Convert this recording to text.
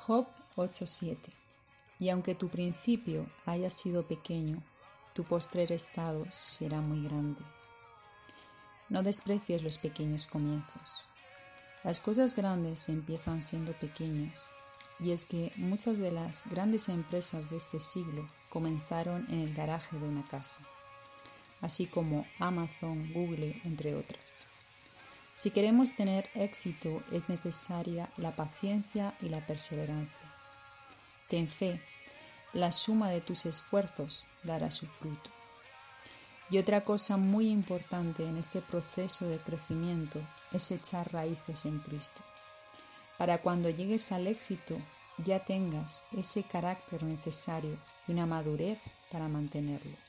Job 8:7. Y aunque tu principio haya sido pequeño, tu postrer estado será muy grande. No desprecies los pequeños comienzos. Las cosas grandes empiezan siendo pequeñas, y es que muchas de las grandes empresas de este siglo comenzaron en el garaje de una casa, así como Amazon, Google, entre otras. Si queremos tener éxito, es necesaria la paciencia y la perseverancia. Ten fe, la suma de tus esfuerzos dará su fruto. Y otra cosa muy importante en este proceso de crecimiento es echar raíces en Cristo, para cuando llegues al éxito ya tengas ese carácter necesario y una madurez para mantenerlo.